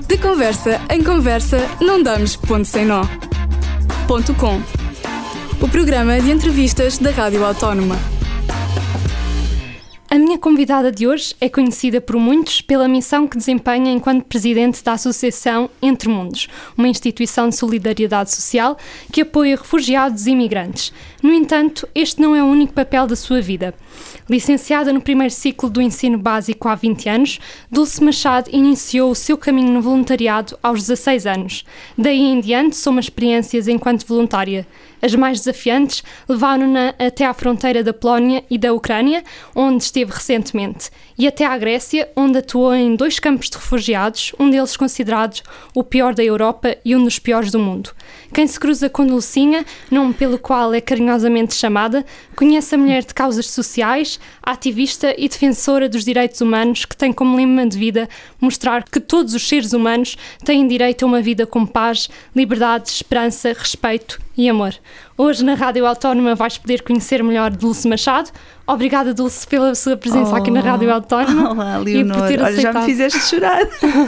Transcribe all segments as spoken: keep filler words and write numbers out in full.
De conversa em conversa, não damos ponto sem nó. Ponto com. O programa de entrevistas da Rádio Autónoma. A minha convidada de hoje é conhecida por muitos pela missão que desempenha enquanto presidente da Associação Entre Mundos, uma instituição de solidariedade social que apoia refugiados e imigrantes. No entanto, este não é o único papel da sua vida. Licenciada no primeiro ciclo do ensino básico há vinte anos, Dulce Machado iniciou o seu caminho no voluntariado aos dezasseis anos. Daí em diante, soma experiências enquanto voluntária. As mais desafiantes levaram-na até à fronteira da Polónia e da Ucrânia, onde esteve recentemente, e até à Grécia, onde atuou em dois campos de refugiados, um deles considerado o pior da Europa e um dos piores do mundo. Quem se cruza com Dulcinha, nome pelo qual é carinhosamente chamada, conhece a mulher de causas sociais, ativista e defensora dos direitos humanos, que tem como lema de vida mostrar que todos os seres humanos têm direito a uma vida com paz, liberdade, esperança, respeito e amor. Hoje na Rádio Autónoma vais poder conhecer melhor Dulce Machado. Obrigada, Dulce, pela sua presença oh, aqui na Rádio Autónoma. Olá, Leonor. Olha, já me fizeste chorar.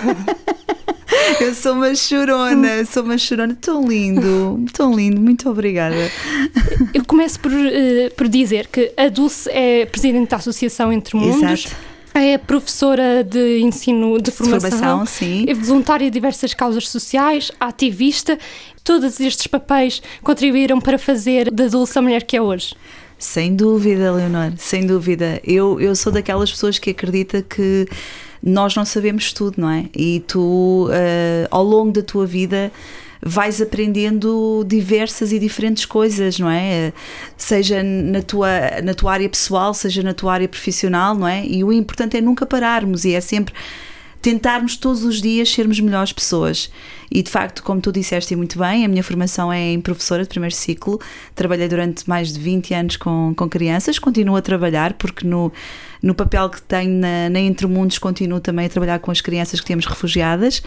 Eu sou uma chorona, sou uma chorona. Tão lindo, tão lindo. Muito obrigada. Eu começo por, uh, por dizer que a Dulce é presidente da Associação Entre Mundos. Exato. É professora de ensino de formação, de formação sim. É voluntária de diversas causas sociais, ativista. Todos estes papéis contribuíram para fazer da Dulce a mulher que é hoje. Sem dúvida, Leonor, sem dúvida. Eu, eu sou daquelas pessoas que acredita que nós não sabemos tudo, não é? E tu, uh, ao longo da tua vida, vais aprendendo diversas e diferentes coisas, não é? Seja na tua, na tua área pessoal, seja na tua área profissional, não é? E o importante é nunca pararmos e é sempre tentarmos todos os dias sermos melhores pessoas. E de facto, como tu disseste muito bem, a minha formação é em professora de primeiro ciclo, trabalhei durante mais de vinte anos com, com crianças, continuo a trabalhar porque no, no papel que tenho na, na Entre Mundos continuo também a trabalhar com as crianças que temos refugiadas.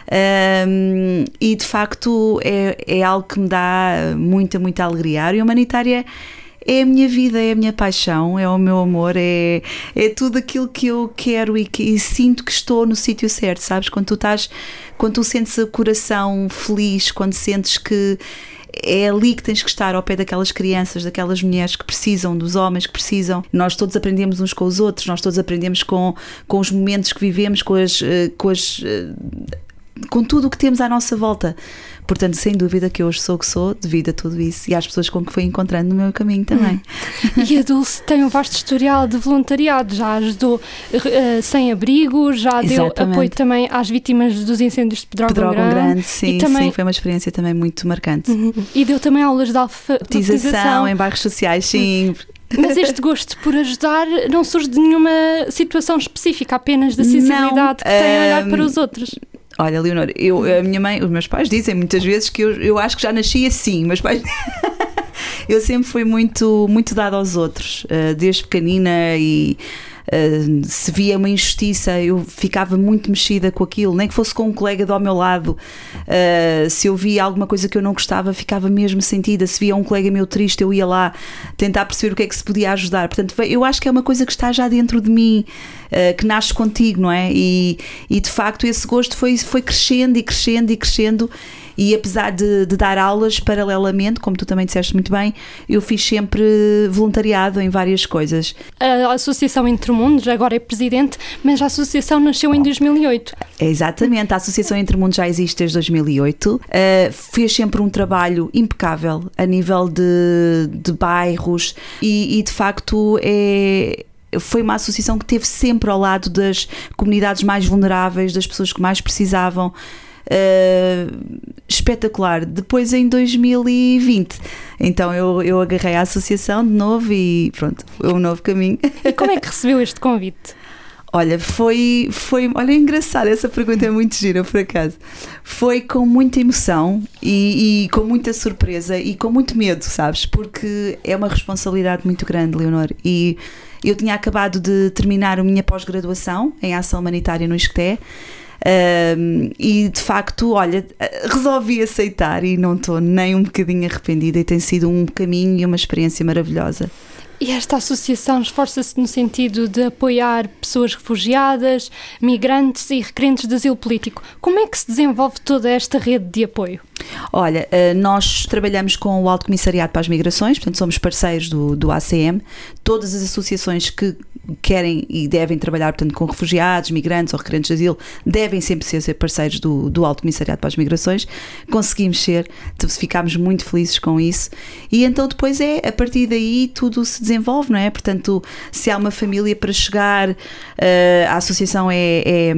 Um, e de facto é, é algo que me dá muita, muita alegria. A área humanitária é a minha vida, é a minha paixão, é o meu amor, é, é tudo aquilo que eu quero e, que, e sinto que estou no sítio certo, sabes? Quando tu estás, quando tu sentes o coração feliz, quando sentes que é ali que tens que estar ao pé daquelas crianças, daquelas mulheres que precisam, dos homens que precisam. Nós todos aprendemos uns com os outros, nós todos aprendemos com, com os momentos que vivemos, com as... Com as com tudo o que temos à nossa volta. Portanto, sem dúvida que eu hoje sou o que sou devido a tudo isso e às pessoas com que fui encontrando no meu caminho também. Hum. E a Dulce tem um vasto historial de voluntariado, já ajudou uh, sem abrigo, já Exatamente. Deu apoio também às vítimas dos incêndios de Pedrógão, Pedrógão Grande. Grande sim, também, sim, foi uma experiência também muito marcante. Uhum. E deu também aulas de alfabetização em bairros sociais, sim. Mas este gosto por ajudar não surge de nenhuma situação específica, apenas da sensibilidade não, que tem a olhar um, para os outros. Olha, Leonor, eu, a minha mãe, os meus pais dizem muitas vezes que eu, eu acho que já nasci assim, meus pais... Eu sempre fui muito, muito dada aos outros, desde pequenina, e uh, se via uma injustiça eu ficava muito mexida com aquilo, nem que fosse com um colega do meu lado. Uh, se eu via alguma coisa que eu não gostava, ficava mesmo sentida. Se via um colega meu triste, eu ia lá tentar perceber o que é que se podia ajudar. Portanto, eu acho que é uma coisa que está já dentro de mim, uh, que nasce contigo, não é? E, e de facto esse gosto foi, foi crescendo e crescendo e crescendo. E apesar de, de dar aulas paralelamente, como tu também disseste muito bem, eu fiz sempre voluntariado em várias coisas. A Associação Entre Mundos agora é presidente, mas a associação nasceu em dois mil e oito. É, exatamente, a Associação Entre Mundos já existe desde dois mil e oito. Uh, fez sempre um trabalho impecável a nível de, de bairros e, e de facto é... Foi uma associação que esteve sempre ao lado das comunidades mais vulneráveis, das pessoas que mais precisavam. Uh, espetacular. Depois em dois mil e vinte então eu, eu agarrei a associação de novo e pronto, foi um novo caminho. E como é que recebeu este convite? Olha, foi, foi olha, engraçado, essa pergunta é muito gira por acaso. Foi com muita emoção e, e com muita surpresa e com muito medo, sabes? Porque é uma responsabilidade muito grande, Leonor, e eu tinha acabado de terminar a minha pós-graduação em ação humanitária no ISCTE. Um, e de facto, olha, resolvi aceitar e não estou nem um bocadinho arrependida, e tem sido um caminho e uma experiência maravilhosa. E esta associação esforça-se no sentido de apoiar pessoas refugiadas, migrantes e requerentes de asilo político. Como é que se desenvolve toda esta rede de apoio? Olha, nós trabalhamos com o Alto Comissariado para as Migrações, portanto somos parceiros do, do A C M. Todas as associações que querem e devem trabalhar, portanto, com refugiados, migrantes ou requerentes de asilo, devem sempre ser, ser parceiros do, do Alto Comissariado para as Migrações. Conseguimos ser, ficámos muito felizes com isso. E então depois é, a partir daí tudo se desenvolve, não é? Portanto, se há uma família para chegar, a associação é, é,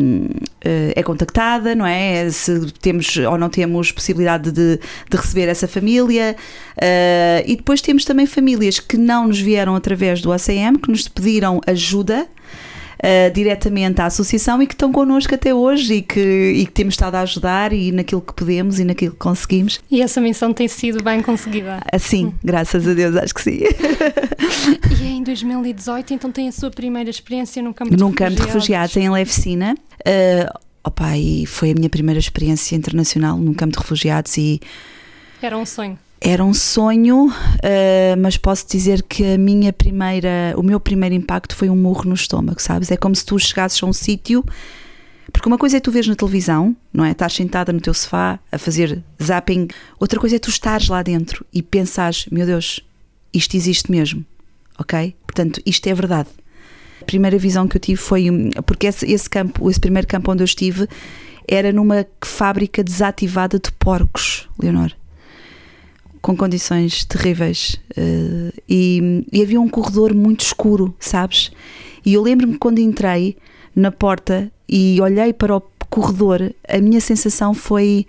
é contactada, não é? Se temos ou não temos possibilidade de, de receber essa família. E depois temos também famílias que não nos vieram através do A C M, que nos pediram ajuda uh, diretamente à associação e que estão connosco até hoje e que, e que temos estado a ajudar e naquilo que podemos e naquilo que conseguimos. E essa missão tem sido bem conseguida? Sim, hum. graças a Deus, acho que sim. E em dois mil e dezoito, então tem a sua primeira experiência num campo de num refugiados? Num campo de refugiados, em Lefecina. Uh, opa, e foi a minha primeira experiência internacional num campo de refugiados e... Era um sonho? Era um sonho, uh, mas posso dizer que a minha primeira, o meu primeiro impacto foi um murro no estômago, sabes? É como se tu chegasses a um sítio, porque uma coisa é tu veres na televisão, não é? Estás sentada no teu sofá a fazer zapping, outra coisa é tu estares lá dentro e pensares, meu Deus, isto existe mesmo, ok? Portanto, isto é verdade. A primeira visão que eu tive foi, porque esse, esse campo, esse primeiro campo onde eu estive, era numa fábrica desativada de porcos, Leonor. Com condições terríveis uh, e, e havia um corredor muito escuro, sabes? E eu lembro-me que quando entrei na porta e olhei para o corredor, a minha sensação foi...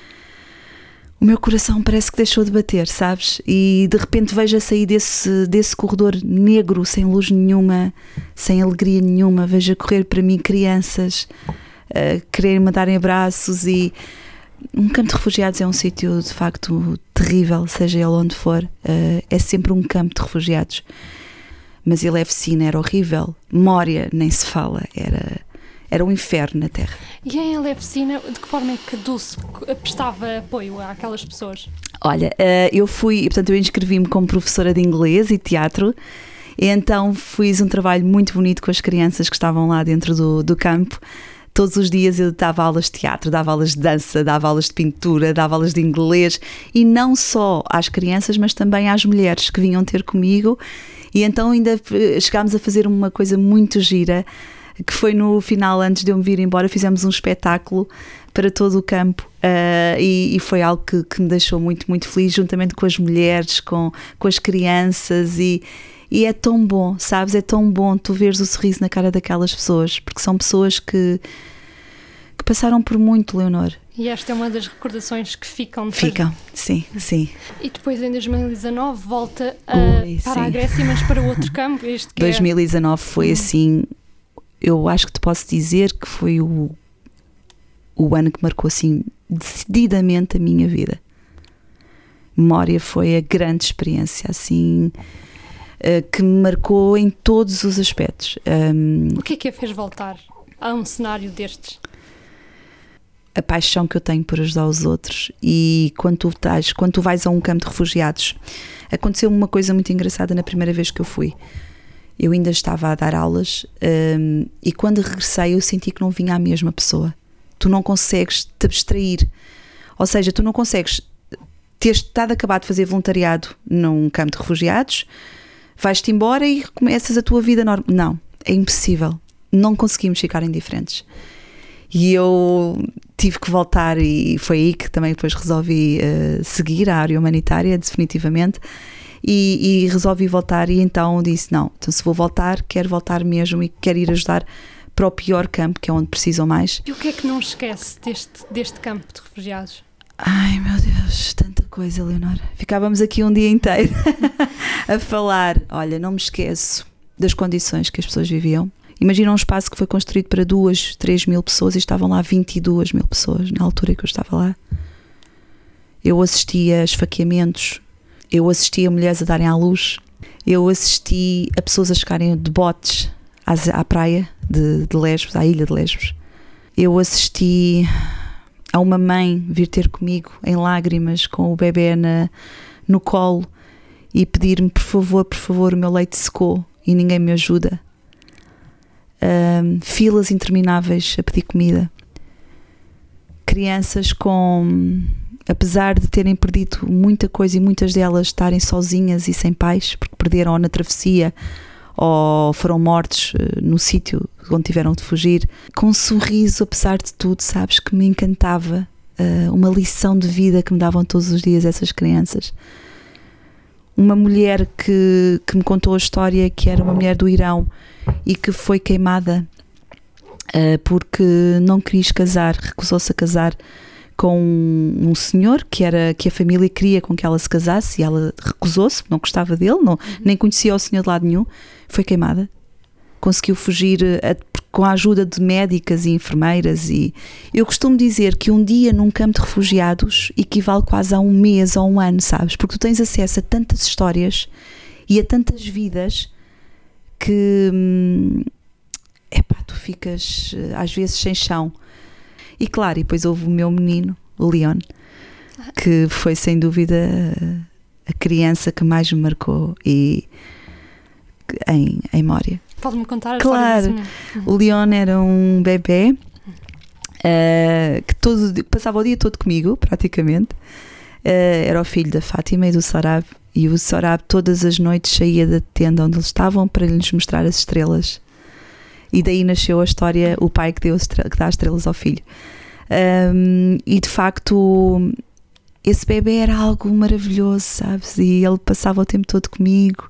O meu coração parece que deixou de bater, sabes? E de repente vejo a sair desse, desse corredor negro, sem luz nenhuma, sem alegria nenhuma, vejo a correr para mim crianças, uh, quererem-me darem abraços e... Um campo de refugiados é um sítio de facto terrível, seja ele onde for, uh, é sempre um campo de refugiados. Mas Lefecina era horrível, Mória nem se fala, era, era um inferno na terra. E em Lefecina, de que forma é que a Dulce prestava apoio àquelas pessoas? Olha, uh, eu fui, portanto eu inscrevi-me como professora de inglês e teatro, e então fiz um trabalho muito bonito com as crianças que estavam lá dentro do, do campo. Todos os dias eu dava aulas de teatro, dava aulas de dança, dava aulas de pintura, dava aulas de inglês e não só às crianças, mas também às mulheres que vinham ter comigo e então ainda chegámos a fazer uma coisa muito gira que foi no final, antes de eu me vir embora, fizemos um espetáculo para todo o campo uh, e, e foi algo que, que me deixou muito, muito feliz, juntamente com as mulheres, com, com as crianças e... E é tão bom, sabes? É tão bom tu veres o sorriso na cara daquelas pessoas, porque são pessoas que, que passaram por muito, Leonor. E esta é uma das recordações que ficam. Depois... Ficam, sim, sim. E depois, em dois mil e dezanove, volta a, Ui, para sim. a Grécia, mas para outro campo. Este que dois mil e dezanove é... foi hum. assim, eu acho que te posso dizer que foi o, o ano que marcou assim decididamente a minha vida. Mória foi a grande experiência, assim... que me marcou em todos os aspectos. Um, o que é que a fez voltar a um cenário destes? A paixão que eu tenho por ajudar os outros e quando tu, estás, quando tu vais a um campo de refugiados, aconteceu uma coisa muito engraçada na primeira vez que eu fui. Eu ainda estava a dar aulas um, e quando regressei eu senti que não vinha a mesma pessoa. Tu não consegues te abstrair, ou seja, tu não consegues ter estado acabado de fazer voluntariado num campo de refugiados, vais-te embora e recomeças a tua vida normal. Não, é impossível. Não conseguimos ficar indiferentes. E eu tive que voltar e foi aí que também depois resolvi uh, seguir a área humanitária, definitivamente, e, e resolvi voltar e então disse, não, então se vou voltar, quero voltar mesmo e quero ir ajudar para o pior campo, que é onde precisam mais. E o que é que não esquece deste, deste campo de refugiados? Ai meu Deus, tanta coisa, Leonor. Ficávamos aqui um dia inteiro a falar. Olha, não me esqueço das condições que as pessoas viviam. Imagina um espaço que foi construído para duas, três mil pessoas e estavam lá vinte e duas mil pessoas na altura que eu estava lá. Eu assisti a esfaqueamentos, eu assisti a mulheres a darem à luz, eu assisti a pessoas a chegarem de botes à praia de, de Lesbos, à ilha de Lesbos. Eu assisti a uma mãe vir ter comigo em lágrimas com o bebê na, no colo e pedir-me, por favor, por favor, o meu leite secou e ninguém me ajuda. Um, filas intermináveis a pedir comida. Crianças com, apesar de terem perdido muita coisa e muitas delas estarem sozinhas e sem pais, porque perderam ou na travessia ou foram mortos uh, no sítio onde tiveram de fugir, com um sorriso, apesar de tudo, sabes, que me encantava, uh, uma lição de vida que me davam todos os dias essas crianças. Uma mulher que, que me contou a história, que era uma mulher do Irão e que foi queimada uh, porque não quis casar, recusou-se a casar com um, um senhor que, era, que a família queria com que ela se casasse, e ela recusou-se, não gostava dele, não, uhum. nem conhecia o senhor de lado nenhum. Foi queimada, conseguiu fugir a, com a ajuda de médicas e enfermeiras. E eu costumo dizer que um dia num campo de refugiados equivale quase a um mês ou um ano, sabes? Porque tu tens acesso a tantas histórias e a tantas vidas que hum, epá, tu ficas às vezes sem chão. E claro, e depois houve o meu menino, o Leon, que foi sem dúvida a criança que mais me marcou e em, em Mória. Pode-me contar a claro, história disso? O Leon era um bebê uh, que todo, passava o dia todo comigo, praticamente. Uh, era o filho da Fátima e do Sorab, e o Sorab todas as noites saía da tenda onde eles estavam para lhes mostrar as estrelas. E daí nasceu a história, o pai que, deu, que dá as estrelas ao filho. Um, e de facto, esse bebê era algo maravilhoso, sabes? E ele passava o tempo todo comigo.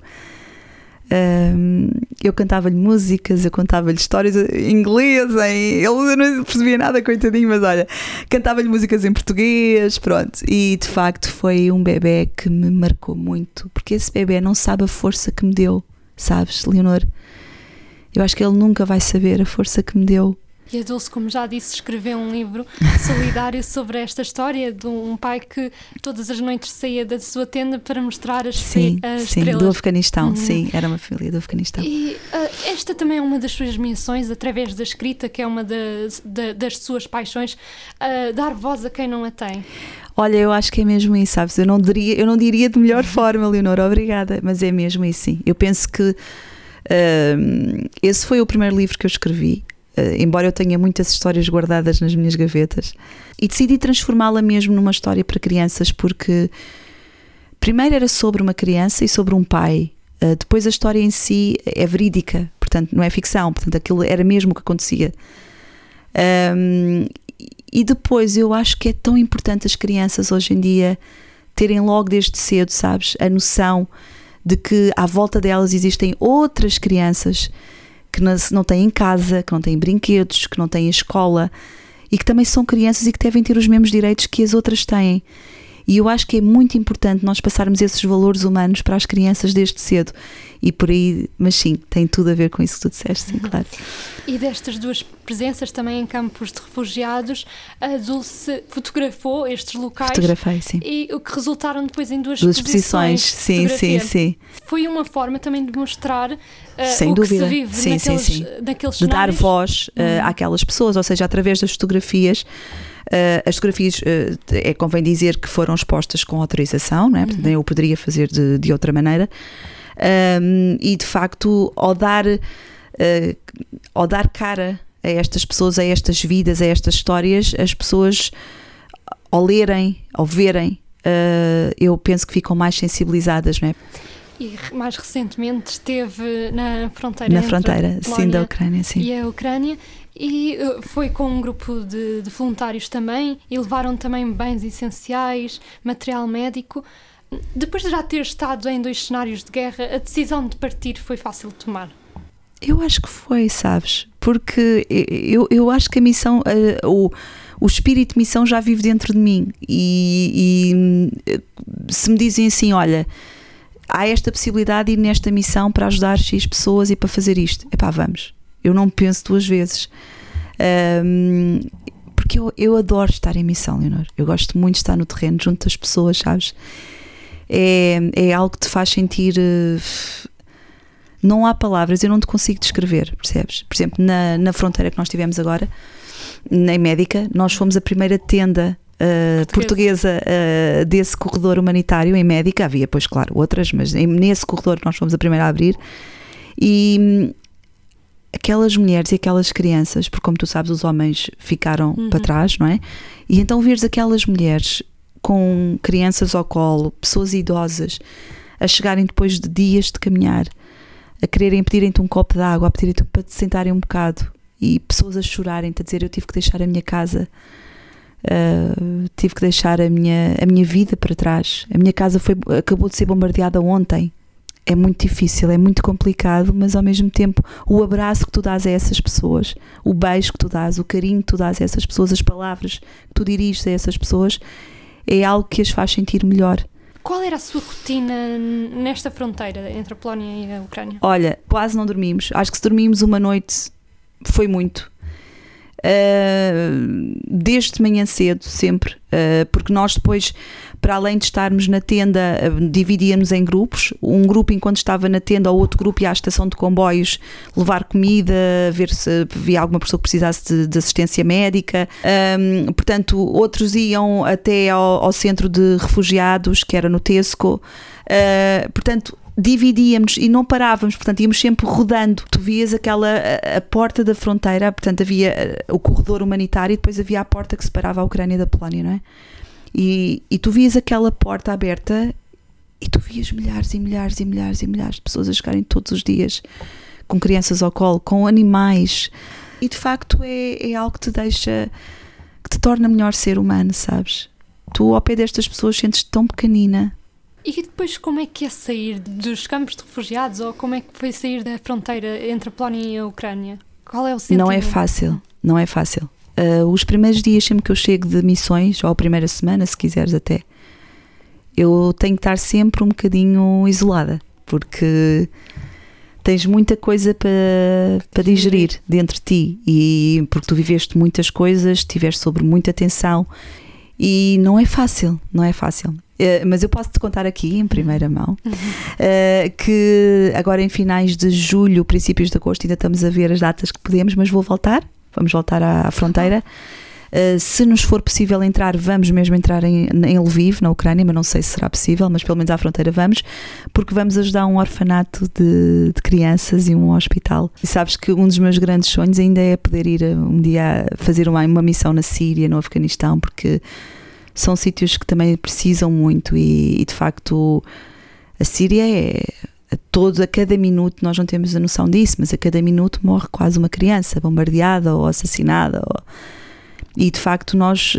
Um, eu cantava-lhe músicas, eu contava-lhe histórias em inglês, em, ele não percebia nada, coitadinho, mas olha, cantava-lhe músicas em português, pronto. E de facto foi um bebê que me marcou muito, porque esse bebê não sabe a força que me deu, sabes, Leonor? Eu acho que ele nunca vai saber a força que me deu. E a Dulce, como já disse, escreveu um livro solidário sobre esta história de um pai que todas as noites saía da sua tenda para mostrar as, sim, as sim, estrelas. Do Afeganistão, uhum. Sim, era uma família do Afeganistão. E uh, esta também é uma das suas missões, através da escrita, que é uma das, da, das suas paixões, uh, dar voz a quem não a tem. Olha, eu acho que é mesmo isso, sabes? Eu não diria, eu não diria de melhor forma, Leonor, obrigada, mas é mesmo isso, sim. Eu penso que Uh, esse foi o primeiro livro que eu escrevi, uh, embora eu tenha muitas histórias guardadas nas minhas gavetas, e decidi transformá-la mesmo numa história para crianças, porque primeiro era sobre uma criança e sobre um pai, uh, depois a história em si é verídica, portanto não é ficção, portanto aquilo era mesmo o que acontecia. Um, e depois eu acho que é tão importante as crianças hoje em dia terem logo desde cedo, sabes, a noção de que à volta delas existem outras crianças que não têm casa, que não têm brinquedos, que não têm escola, e que também são crianças e que devem ter os mesmos direitos que as outras têm. E eu acho que é muito importante nós passarmos esses valores humanos para as crianças desde cedo. E por aí, mas sim, tem tudo a ver com isso que tu disseste, sim, claro. E destas duas presenças também em campos de refugiados, a Dulce fotografou estes locais. Fotografei, sim. E o que resultaram depois em duas, duas exposições. Sim, sim, sim. Foi uma forma também de mostrar uh, Sem o dúvida. que se vive sim, naqueles, sim, sim. naqueles de cenários. dar voz uh, uhum. àquelas pessoas, ou seja, através das fotografias. Uh, as fotografias, uh, é, convém dizer que foram expostas com autorização, não é? Portanto, nem eu poderia fazer de, de outra maneira. Um, e de facto, ao dar, uh, ao dar cara a estas pessoas, a estas vidas, a estas histórias, as pessoas, ao lerem, ao verem, uh, eu penso que ficam mais sensibilizadas, não é? E mais recentemente esteve na fronteira, na fronteira, entre a sim, da Ucrânia, sim. E a Ucrânia, e uh, foi com um grupo de, de voluntários também, e levaram também bens essenciais, material médico. Depois de já ter estado em dois cenários de guerra, a decisão de partir foi fácil de tomar? Eu acho que foi, sabes? Porque eu, eu acho que a missão, uh, o, o espírito de missão já vive dentro de mim. E, e se me dizem assim, olha, há esta possibilidade de ir nesta missão para ajudar X pessoas e para fazer isto, epá, vamos. Eu não penso duas vezes. Um, porque eu, eu adoro estar em missão, Leonor. Eu gosto muito de estar no terreno, junto das pessoas, sabes? É, é algo que te faz sentir... Uh, não há palavras, eu não te consigo descrever, percebes? Por exemplo, na, na fronteira que nós tivemos agora, na Médica, nós fomos a primeira tenda uh, portuguesa uh, desse corredor humanitário em médica. Havia, pois claro, outras, mas nesse corredor nós fomos a primeira a abrir. E aquelas mulheres e aquelas crianças, porque como tu sabes os homens ficaram uhum. para trás, não é? E então veres aquelas mulheres com crianças ao colo, pessoas idosas, a chegarem depois de dias de caminhar, a quererem pedirem-te um copo de água, a pedirem-te para te sentarem um bocado, e pessoas a chorarem-te, a dizer eu tive que deixar a minha casa, uh, tive que deixar a minha, a minha vida para trás, a minha casa foi, acabou de ser bombardeada ontem. É muito difícil, é muito complicado, mas ao mesmo tempo o abraço que tu dás a essas pessoas, o beijo que tu dás, o carinho que tu dás a essas pessoas, as palavras que tu diriges a essas pessoas, é algo que as faz sentir melhor. Qual era a sua rotina nesta fronteira entre a Polónia e a Ucrânia? Olha, quase não dormimos. Acho que se dormimos uma noite foi muito. Uh, desde manhã cedo, sempre. Uh, porque nós depois, para além de estarmos na tenda, uh, dividíamos em grupos. Um grupo, enquanto estava na tenda, ou outro grupo ia à estação de comboios levar comida, ver se havia alguma pessoa que precisasse de, de assistência médica. Um, portanto, outros iam até ao, ao centro de refugiados, que era no Tesco. Uh, portanto, dividíamos e não parávamos, portanto íamos sempre rodando. Tu vias aquela, a, a porta da fronteira, portanto havia o corredor humanitário e depois havia a porta que separava a Ucrânia da Polónia, não é? E, e tu vias aquela porta aberta e tu vias milhares e milhares e milhares e milhares de pessoas a chegarem todos os dias com crianças ao colo, com animais, e de facto é, é algo que te deixa, que te torna melhor ser humano, sabes? Tu ao pé destas pessoas sentes-te tão pequenina. E depois como é que é sair dos campos de refugiados, ou como é que foi sair da fronteira entre a Polónia e a Ucrânia? Qual é o sentimento? Não é fácil, não é fácil. Uh, os primeiros dias, sempre que eu chego de missões, ou a primeira semana, se quiseres até, eu tenho que estar sempre um bocadinho isolada, porque tens muita coisa para, para digerir dentro de ti, e porque tu viveste muitas coisas, estiveste sobre muita tensão, e não é fácil, não é fácil. Uh, mas eu posso te contar aqui em primeira mão uhum. uh, que agora em finais de julho, princípios de agosto, ainda estamos a ver as datas que podemos, mas vou voltar, vamos voltar à, à fronteira. Uh, se nos for possível entrar, vamos mesmo entrar em, em Lviv, na Ucrânia, mas não sei se será possível, mas pelo menos à fronteira vamos, porque vamos ajudar um orfanato de, de crianças e um hospital. E sabes que um dos meus grandes sonhos ainda é poder ir um dia fazer uma, uma missão na Síria, no Afeganistão, porque são sítios que também precisam muito, e, e de facto a Síria é a, todo, a cada minuto, nós não temos a noção disso, mas a cada minuto morre quase uma criança bombardeada ou assassinada, ou, e de facto nós,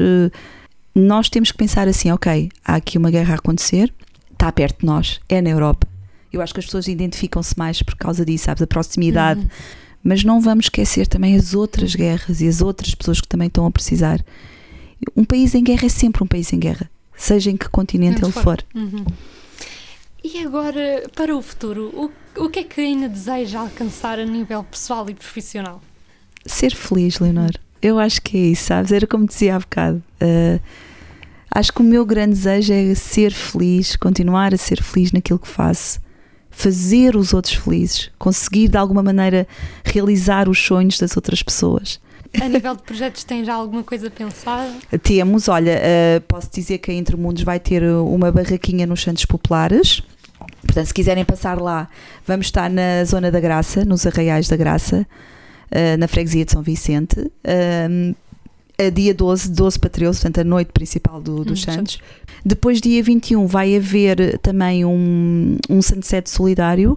nós temos que pensar assim, ok, há aqui uma guerra a acontecer, está perto de nós, é na Europa. Eu acho que as pessoas identificam-se mais por causa disso, sabes, a proximidade, uhum. mas não vamos esquecer também as outras guerras e as outras pessoas que também estão a precisar. Um país em guerra é sempre um país em guerra, seja em que continente Muito ele for. Uhum. E agora, para o futuro, o, o que é que ainda deseja alcançar a nível pessoal e profissional? Ser feliz, Leonor. Eu acho que é isso, sabes? Era como dizia há bocado. Uh, acho que o meu grande desejo é ser feliz, continuar a ser feliz naquilo que faço, fazer os outros felizes, conseguir de alguma maneira realizar os sonhos das outras pessoas. A nível de projetos, tem já alguma coisa pensada? Temos, olha, uh, posso dizer que a Entre Mundos vai ter uma barraquinha nos Santos Populares. Portanto, se quiserem passar lá, vamos estar na Zona da Graça, nos Arraiais da Graça, uh, na freguesia de São Vicente. Uh, a dia doze, doze para treze, portanto a noite principal do, dos hum, Santos. Depois, dia vinte e um, vai haver também um, um Sunset solidário,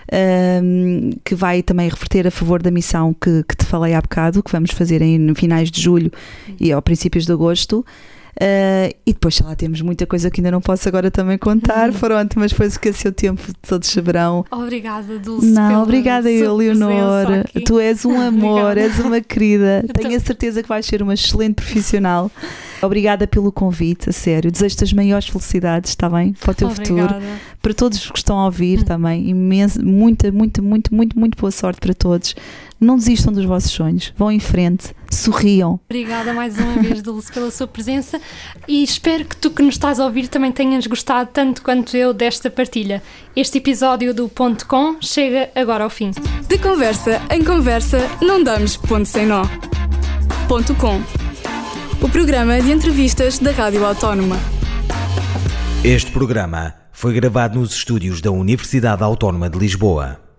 Um, que vai também reverter a favor da missão que, que te falei há bocado, que vamos fazer em finais de julho uhum. e ao princípios de agosto. Uh, e depois, sei lá, temos muita coisa que ainda não posso agora também contar, uhum. pronto, mas depois que a seu tempo todos saberão. Obrigada, Dulce. Não, obrigada eu, Leonor. Tu és um amor, és uma querida. Então... Tenho a certeza que vais ser uma excelente profissional. Obrigada pelo convite, a sério. Desejo-te as maiores felicidades, está bem? Para o teu Obrigada. futuro. Para todos que estão a ouvir hum. também. Imenso, muita, muita, muito, muito, muito boa sorte para todos. Não desistam dos vossos sonhos. Vão em frente. Sorriam. Obrigada mais uma vez, Dulce, pela sua presença, e espero que tu que nos estás a ouvir também tenhas gostado tanto quanto eu desta partilha. Este episódio do Ponto Com chega agora ao fim. De conversa em conversa, não damos ponto sem nó. Ponto Com. o programa de entrevistas da Rádio Autónoma. Este programa foi gravado nos estúdios da Universidade Autónoma de Lisboa.